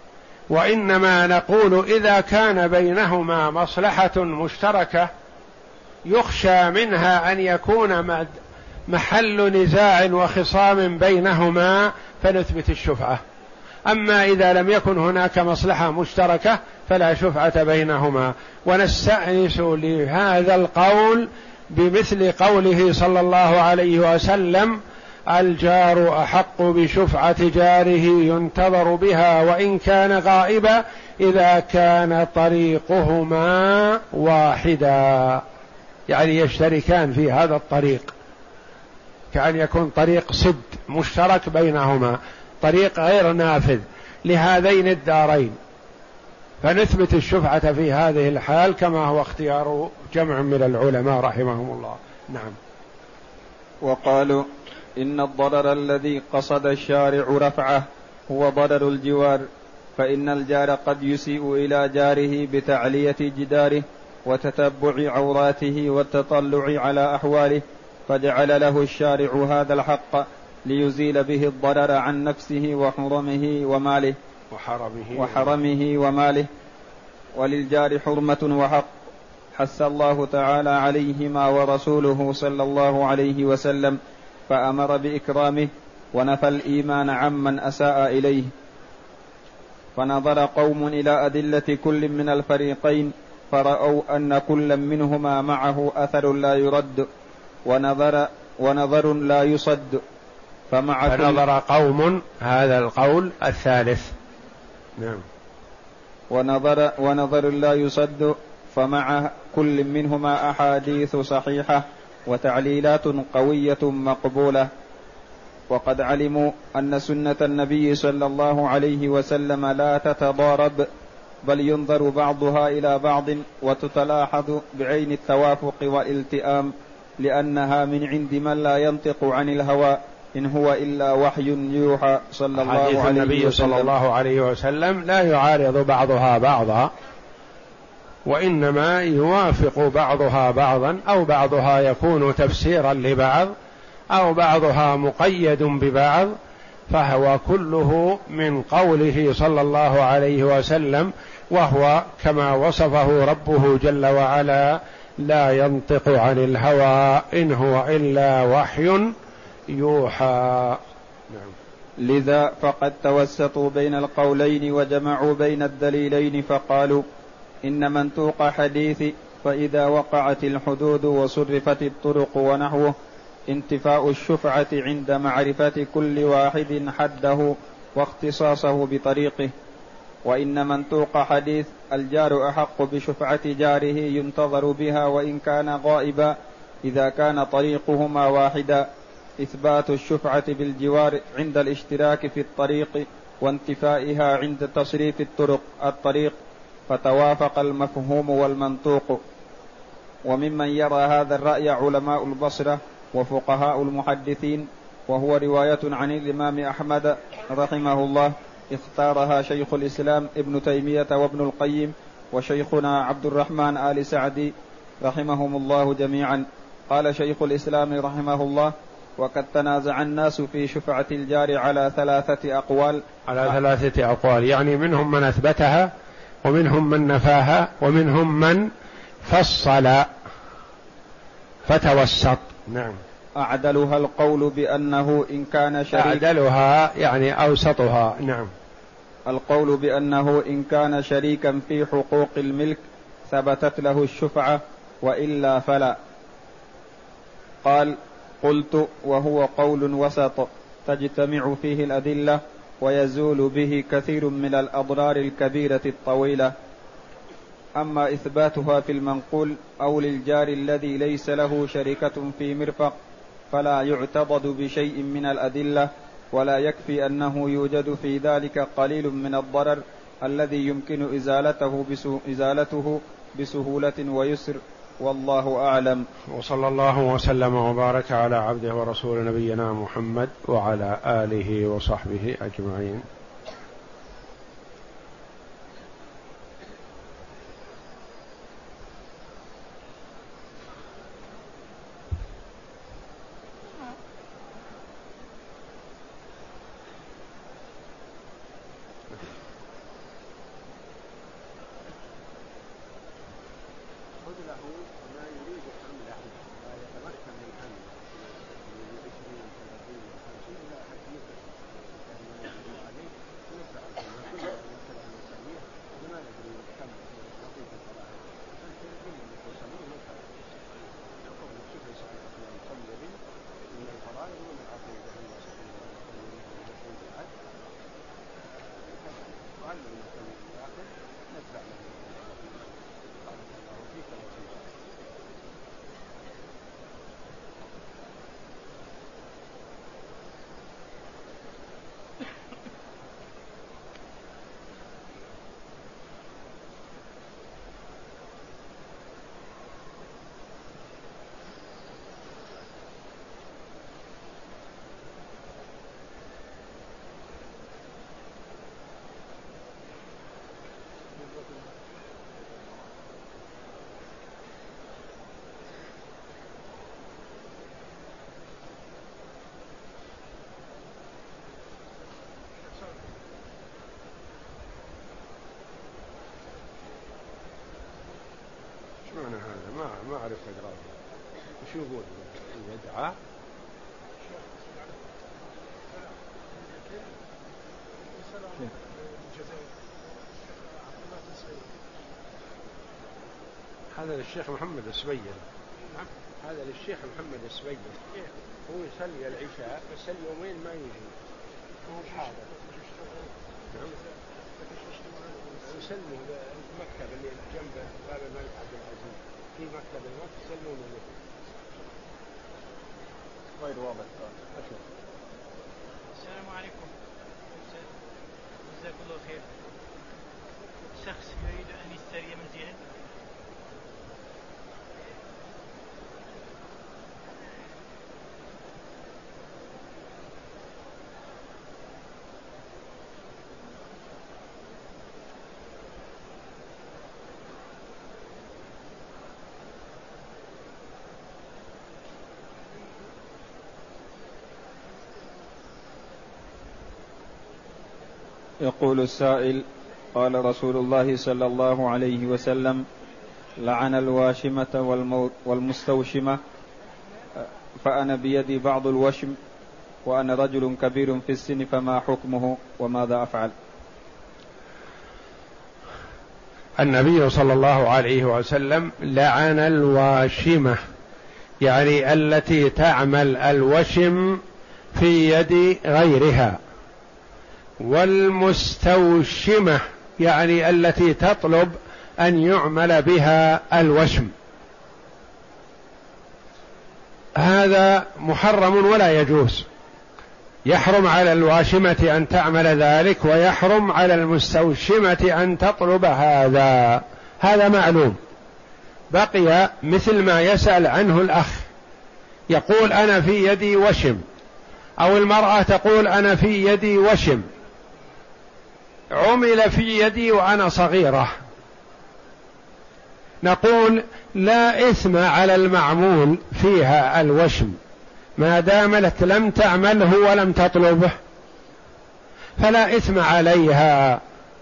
وإنما نقول إذا كان بينهما مصلحة مشتركة يخشى منها أن يكون محل نزاع وخصام بينهما فنثبت الشفعة. أما إذا لم يكن هناك مصلحة مشتركة فلا شفعة بينهما. ونستأنس لهذا القول بمثل قوله صلى الله عليه وسلم: الجار أحق بشفعة جاره ينتظر بها وإن كان غائبا إذا كان طريقهما واحدا، يعني يشتركان في هذا الطريق، كأن يكون طريق سد مشترك بينهما، طريق غير نافذ لهذين الدارين، فنثبت الشفعة في هذه الحال كما هو اختيار جمع من العلماء رحمهم الله. نعم. وقالوا إن الضرر الذي قصد الشارع رفعه هو ضرر الجوار، فإن الجار قد يسيء إلى جاره بتعلية جداره وتتبع عوراته والتطلع على أحواله، فجعل له الشارع هذا الحق ليزيل به الضرر عن نفسه وحرمه وماله. وللجار حرمة وحق حث الله تعالى عليهما ورسوله صلى الله عليه وسلم، فأمر بإكرامه ونفى الإيمان عمن أساء إليه. فنظر قوم إلى أدلة كل من الفريقين فرأوا أن كل منهما معه أثر لا يرد ونظر لا يصد، فنظر قوم، هذا القول الثالث. نعم. ونظر لا يصد، فمع كل منهما أحاديث صحيحة وتعليلات قوية مقبولة. وقد علموا أن سنة النبي صلى الله عليه وسلم لا تتضارب، بل ينظر بعضها إلى بعض وتتلاحظ بعين التوافق والالتئام، لأنها من عند من لا ينطق عن الهوى إن هو إلا وحي يوحى صلى الله عليه وسلم. النبي صلى الله عليه وسلم لا يعارض بعضها بعضا، وإنما يوافق بعضها بعضا، أو بعضها يكون تفسيرا لبعض، أو بعضها مقيد ببعض، فهو كله من قوله صلى الله عليه وسلم، وهو كما وصفه ربه جل وعلا: لا ينطق عن الهوى إن هو إلا وحي يوحى. نعم. لذا فقد توسطوا بين القولين وجمعوا بين الدليلين، فقالوا إن منطوق حديث فإذا وقعت الحدود وصرفت الطرق ونحوه انتفاء الشفعة عند معرفة كل واحد حده واختصاصه بطريقه. وإن منطوق حديث الجار أحق بشفعة جاره ينتظر بها وإن كان غائبا إذا كان طريقهما واحدا إثبات الشفعة بالجوار عند الاشتراك في الطريق وانتفائها عند تصريف الطريق، فتوافق المفهوم والمنطوق. وممن يرى هذا الرأي علماء البصرة وفقهاء المحدثين وهو رواية عن الإمام أحمد رحمه الله، اختارها شيخ الإسلام ابن تيمية وابن القيم وشيخنا عبد الرحمن آل سعدي رحمهم الله جميعا. قال شيخ الإسلام رحمه الله: وقد تنازع الناس في شفعة الجار على 3 أقوال. على 3 أقوال، يعني منهم من أثبتها ومنهم من نفاها ومنهم من فصل فتوسط. نعم. أعدلها القول بأنه إن كان شريكا، أعدلها يعني أوسطها. نعم. القول بأنه إن كان شريكا في حقوق الملك ثبتت له الشفعة، وإلا فلا. قال: قلت: وهو قول وسط تجتمع فيه الأدلة ويزول به كثير من الأضرار الكبيرة الطويلة. أما إثباتها في المنقول أو للجار الذي ليس له شركة في مرفق فلا يعتضد بشيء من الأدلة، ولا يكفي أنه يوجد في ذلك قليل من الضرر الذي يمكن إزالته بسهولة ويسر، والله أعلم. وصلى الله وسلم وبارك على عبده ورسول نبينا محمد وعلى آله وصحبه أجمعين. معنى هذا ما أعرف أقرأه. وش يقول يدعى؟ هذا للشيخ محمد السبيل. هذا للشيخ محمد السبيل، هو يصلي العشاء بس اليومين ما يجي، هو حاضر. يسلموا المكتب اللي جنب باب الملك عبد العزيز، في مكتب الملك يسلمون له. غير واضح. السلام عليكم. جزاك الله خير. شخص يريد أن يشتري منزلا يقول السائل: قال رسول الله صلى الله عليه وسلم: لعن الواشمة والمستوشمة، فأنا بيدي بعض الوشم وأنا رجل كبير في السن، فما حكمه وماذا أفعل؟ النبي صلى الله عليه وسلم لعن الواشمة، يعني التي تعمل الوشم في يد غيرها، والمستوشمة يعني التي تطلب أن يعمل بها الوشم. هذا محرم ولا يجوز، يحرم على الواشمة أن تعمل ذلك، ويحرم على المستوشمة أن تطلب هذا معلوم. بقي مثل ما يسأل عنه الأخ، يقول أنا في يدي وشم أو المرأة تقول أنا في يدي وشم، عمل في يدي وأنا صغيرة، نقول لا إثم على المعمول فيها الوشم ما دامت لم تعمله ولم تطلبه، فلا إثم عليها.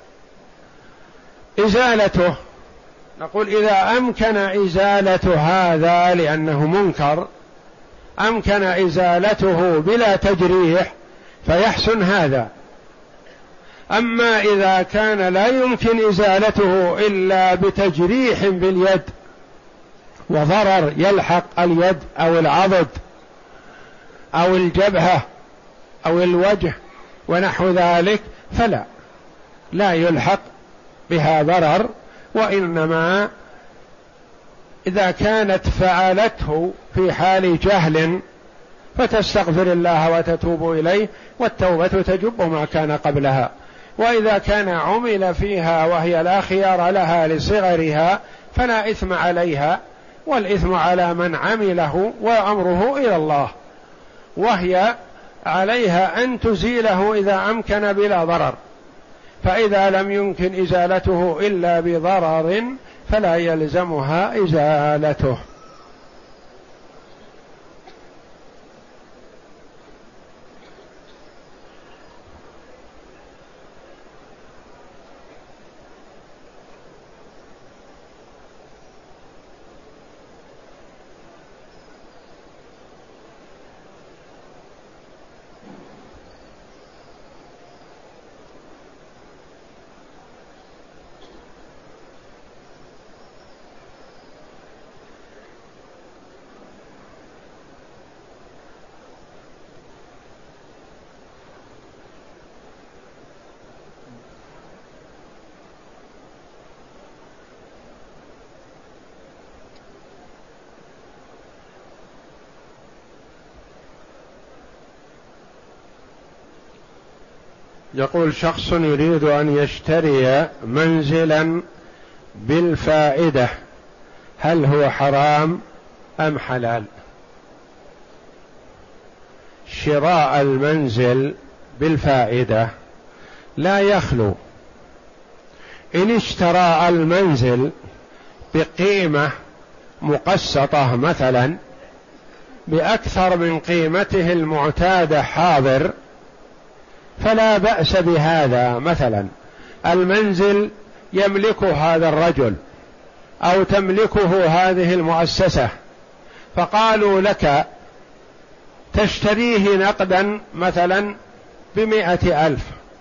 إزالته نقول إذا أمكن إزالة هذا لأنه منكر، أمكن إزالته بلا تجريح فيحسن هذا. أما إذا كان لا يمكن إزالته إلا بتجريح باليد وضرر يلحق اليد أو العضد أو الجبهة أو الوجه ونحو ذلك لا يلحق بها ضرر، وإنما إذا كانت فعلته في حال جهل فتستغفر الله وتتوب إليه، والتوبة تجب ما كان قبلها. وإذا كان عمل فيها وهي لا خيار لها لصغرها فلا إثم عليها، والإثم على من عمله وأمره إلى الله، وهي عليها أن تزيله إذا أمكن بلا ضرر، فإذا لم يمكن إزالته إلا بضرر فلا يلزمها إزالته. يقول شخص يريد أن يشتري منزلا بالفائدة، هل هو حرام أم حلال؟ شراء المنزل بالفائدة لا يخلو. إن اشترى المنزل بقيمة مقسطة مثلا بأكثر من قيمته المعتادة حاضر فلا بأس بهذا. مثلا المنزل يملكه هذا الرجل أو تملكه هذه المؤسسة، فقالوا لك تشتريه نقدا مثلا ب100,000،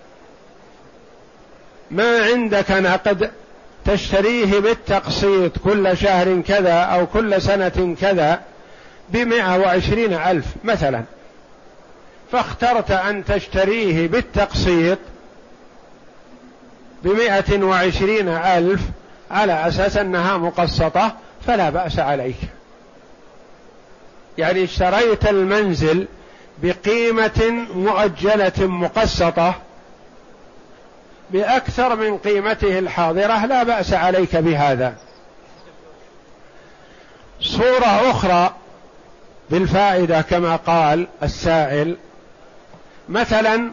ما عندك نقد تشتريه بالتقسيط كل شهر كذا أو كل سنة كذا ب120,000 مثلا، فاخترت أن تشتريه بالتقسيط ب120,000 على أساس أنها مقسطة، فلا بأس عليك. يعني اشتريت المنزل بقيمة مؤجلة مقسطة بأكثر من قيمته الحاضرة، لا بأس عليك بهذا. صورة أخرى بالفائدة كما قال السائل، مثلا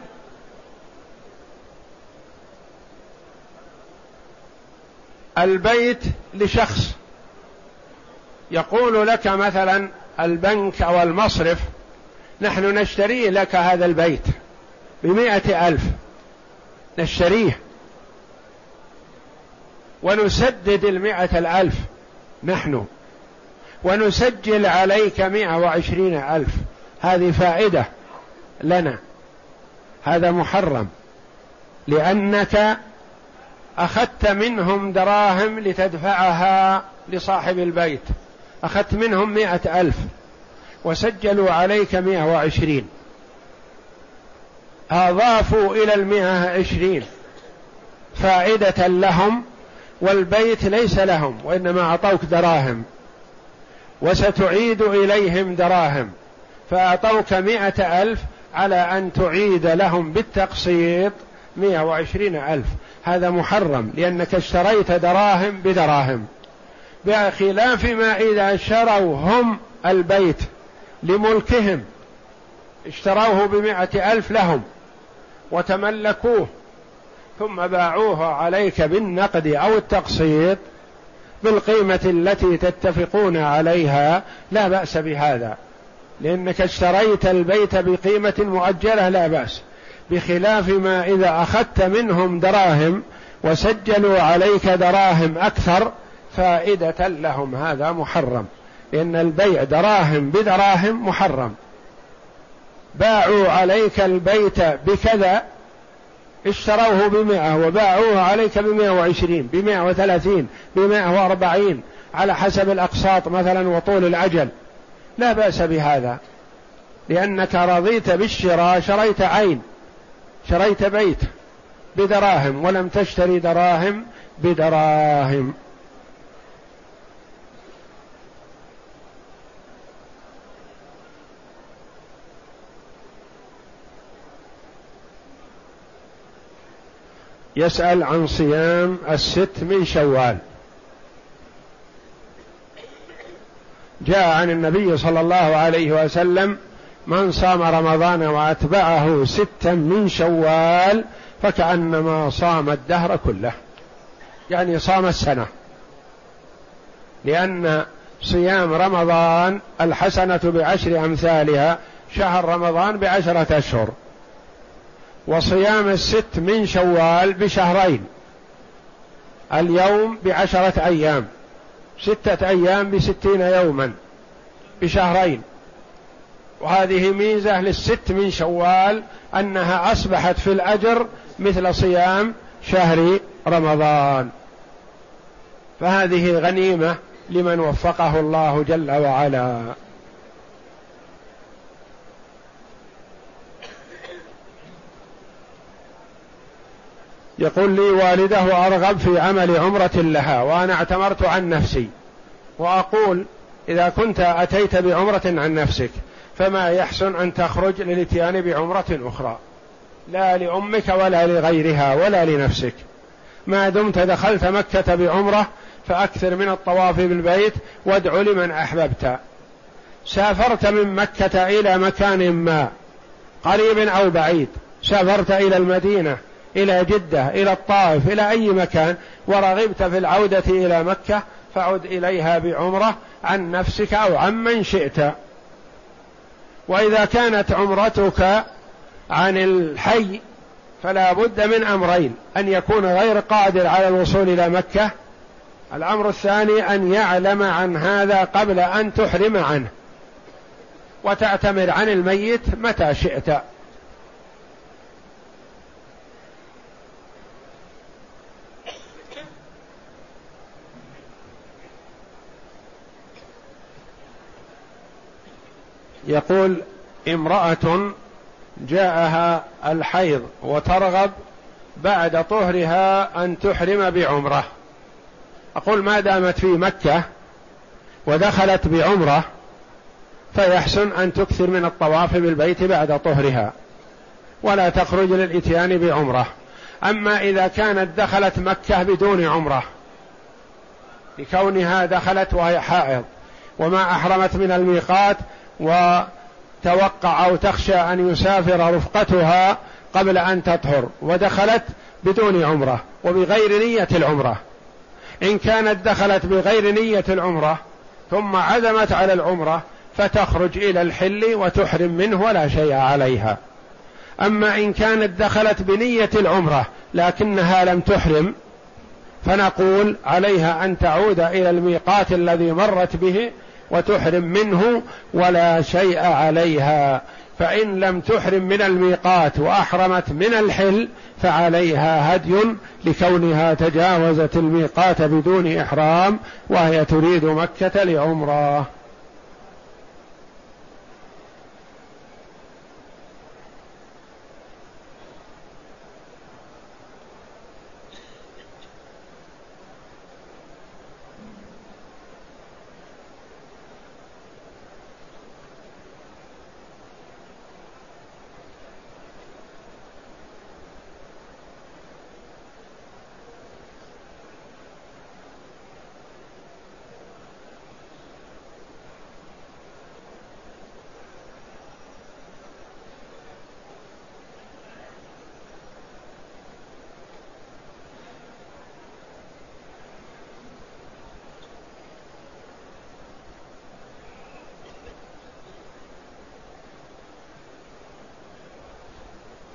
البيت لشخص، يقول لك مثلا البنك أو المصرف نحن نشتري لك هذا البيت ب100,000، نشتريه ونسدد 100,000 نحن، ونسجل عليك 120,000، هذه فائدة لنا، هذا محرم، لأنك أخذت منهم دراهم لتدفعها لصاحب البيت، أخذت منهم 100,000 وسجلوا عليك 120، أضافوا إلى 120 فائدة لهم، والبيت ليس لهم وإنما أعطوك دراهم، وستعيد إليهم دراهم، فأعطوك 100,000 على أن تعيد لهم بالتقسيط 120,000، هذا محرم، لأنك اشتريت دراهم بدراهم، بخلاف ما إذا شروا هم البيت لملكهم اشتروه ب100,000 لهم وتملكوه، ثم باعوه عليك بالنقد أو التقسيط بالقيمة التي تتفقون عليها، لا بأس بهذا، لأنك اشتريت البيت بقيمة مؤجلة لا بأس، بخلاف ما إذا أخذت منهم دراهم وسجلوا عليك دراهم أكثر فائدة لهم، هذا محرم، لأن البيع دراهم بدراهم محرم. باعوا عليك البيت بكذا، اشتروه ب100 وباعوه عليك ب120 ب130 ب140 على حسب الأقساط مثلا وطول الأجل، لا بأس بهذا، لأنك رضيت بالشراء، شريت عين، شريت بيت بدراهم ولم تشتري دراهم بدراهم. يسأل عن صيام 6 من شوال. جاء عن النبي صلى الله عليه وسلم: من صام رمضان وأتبعه 6 من شوال فكأنما صام الدهر كله، يعني صام السنة، لأن صيام رمضان الحسنة ب10 أمثالها، شهر رمضان ب10 أشهر، وصيام 6 من شوال بشهرين، اليوم ب10 أيام، 6 أيام ب60 يوما بشهرين. وهذه ميزة لل6 من شوال، أنها أصبحت في الأجر مثل صيام شهر رمضان، فهذه غنيمة لمن وفقه الله جل وعلا. يقول لي والده أرغب في عمل عمرة لها وأنا اعتمرت عن نفسي، وأقول: إذا كنت أتيت بعمرة عن نفسك فما يحسن أن تخرج للاتيان بعمرة أخرى، لا لأمك ولا لغيرها ولا لنفسك، ما دمت دخلت مكة بعمرة فأكثر من الطواف بالبيت وادع لمن أحببت. سافرت من مكة إلى مكان ما قريب أو بعيد، سافرت إلى المدينة، إلى جدة، إلى الطائف، إلى أي مكان، ورغبت في العودة إلى مكة، فعد إليها بعمرة عن نفسك أو عمن شئت. وإذا كانت عمرتك عن الحي فلا بد من أمرين: أن يكون غير قادر على الوصول إلى مكة، الأمر الثاني أن يعلم عن هذا قبل أن تحرم عنه، وتعتمر عن الميت متى شئت. يقول: امرأة جاءها الحيض وترغب بعد طهرها أن تحرم بعمرة، أقول: ما دامت في مكة ودخلت بعمرة فيحسن أن تكثر من الطواف بالبيت بعد طهرها ولا تخرج للإتيان بعمرة. أما إذا كانت دخلت مكة بدون عمرة لكونها دخلت وهي حائض وما أحرمت من الميقات، وتوقع أو تخشى أن يسافر رفقتها قبل أن تطهر، ودخلت بدون عمرة وبغير نية العمرة، إن كانت دخلت بغير نية العمرة ثم عزمت على العمرة فتخرج إلى الحل وتحرم منه ولا شيء عليها. أما إن كانت دخلت بنية العمرة لكنها لم تحرم فنقول عليها أن تعود إلى الميقات الذي مرت به وتحرم منه ولا شيء عليها. فإن لم تحرم من الميقات وأحرمت من الحل فعليها هدي لكونها تجاوزت الميقات بدون إحرام وهي تريد مكة لعمرة.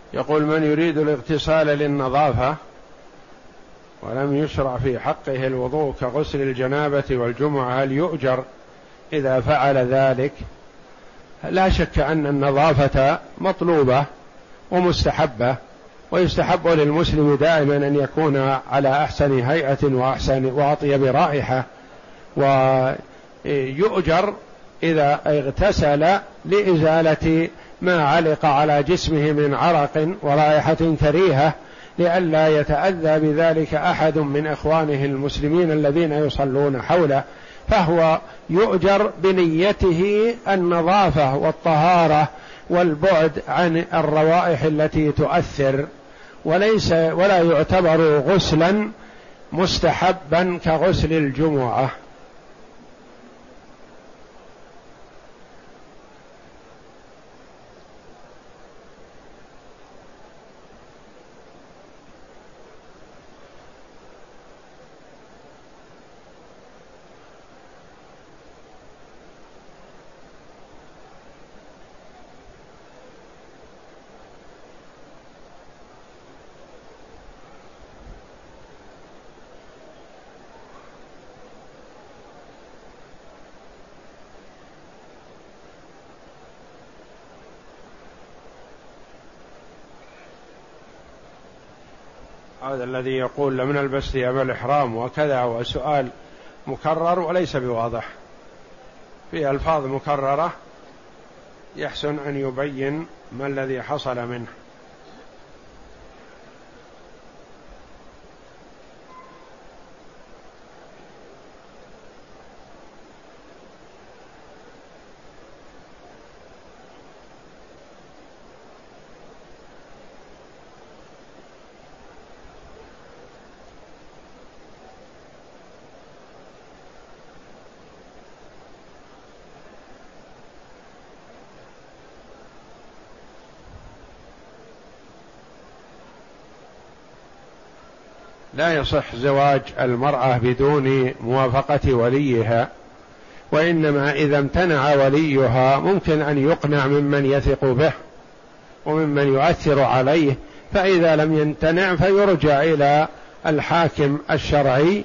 يقول: من يريد الاغتسال للنظافة ولم يشرع في حقه الوضوء كغسل الجنابة والجمعة، هل يؤجر إذا فعل ذلك؟ لا شك أن النظافة مطلوبة ومستحبة، ويستحب للمسلم دائما أن يكون على أحسن هيئة وأحسن وأطيب رائحة، ويؤجر إذا اغتسل لإزالة ما علق على جسمه من عرق ورائحة كريهة، لئلا يتأذى بذلك أحد من إخوانه المسلمين الذين يصلون حوله، فهو يؤجر بنيته النظافة والطهارة والبعد عن الروائح التي تؤثر، ولا يعتبر غسلا مستحبا كغسل الجمعة. هذا الذي يقول لم نلبس ثياب الإحرام وكذا، وسؤال مكرر وليس بواضح، في ألفاظ مكررة، يحسن أن يبين ما الذي حصل منه. لا يصح زواج المرأة بدون موافقة وليها، وإنما إذا امتنع وليها ممكن أن يقنع ممن يثق به وممن يؤثر عليه، فإذا لم يمتنع فيرجع إلى الحاكم الشرعي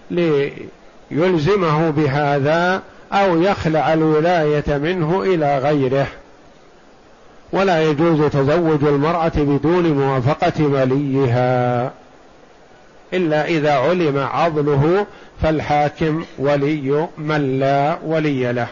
ليلزمه بهذا أو يخلع الولاية منه إلى غيره. ولا يجوز تزوج المرأة بدون موافقة وليها إلا إذا علم عضله، فالحاكم ولي من لا ولي له.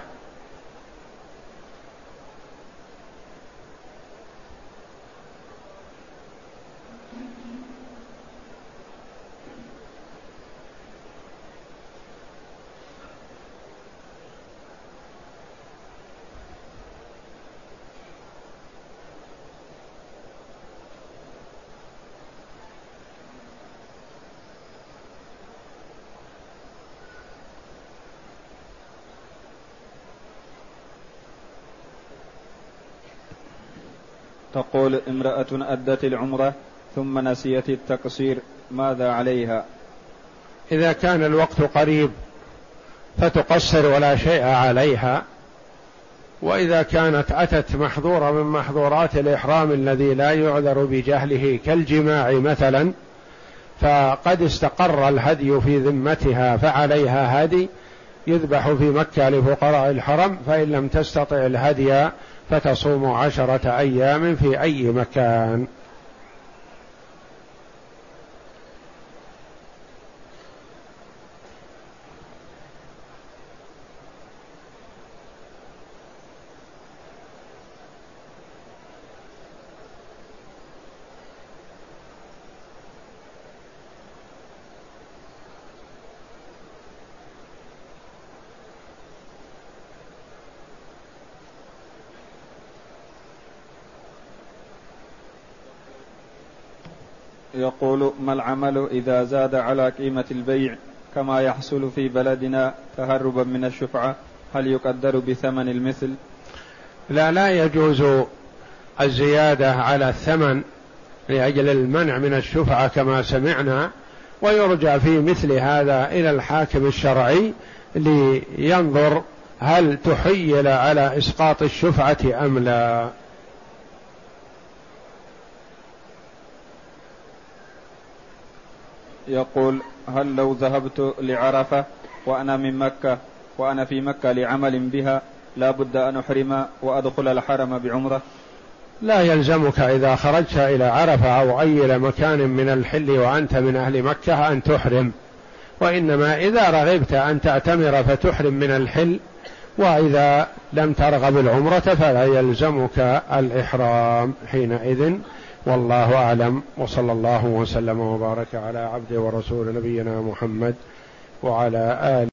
تقول: امرأة أدت العمرة ثم نسيت التقصير، ماذا عليها؟ إذا كان الوقت قريب فتقصر ولا شيء عليها، وإذا كانت أتت محظورة من محظورات الإحرام الذي لا يعذر بجهله كالجماع مثلا، فقد استقر الهدي في ذمتها فعليها هدي يذبح في مكة لفقراء الحرم، فإن لم تستطع الهدي فتصوم 10 أيام في أي مكان. يقول: ما العمل إذا زاد على قيمة البيع كما يحصل في بلدنا تهربا من الشفعة؟ هل يقدر بثمن المثل؟ لا يجوز الزيادة على الثمن لأجل المنع من الشفعة كما سمعنا، ويرجع في مثل هذا إلى الحاكم الشرعي لينظر هل تحيل على إسقاط الشفعة أم لا. يقول: هل لو ذهبت لعرفة وأنا في مكة لعمل بها لا بد أن أحرم وأدخل الحرم بعمرة؟ لا يلزمك إذا خرجت إلى عرفة أو أي مكان من الحل وأنت من أهل مكة أن تحرم، وإنما إذا رغبت أن تعتمر فتحرم من الحل، وإذا لم ترغب العمرة فلا يلزمك الإحرام حينئذ. والله أعلم، وصلى الله وسلم وبارك على عبده ورسول نبينا محمد وعلى آله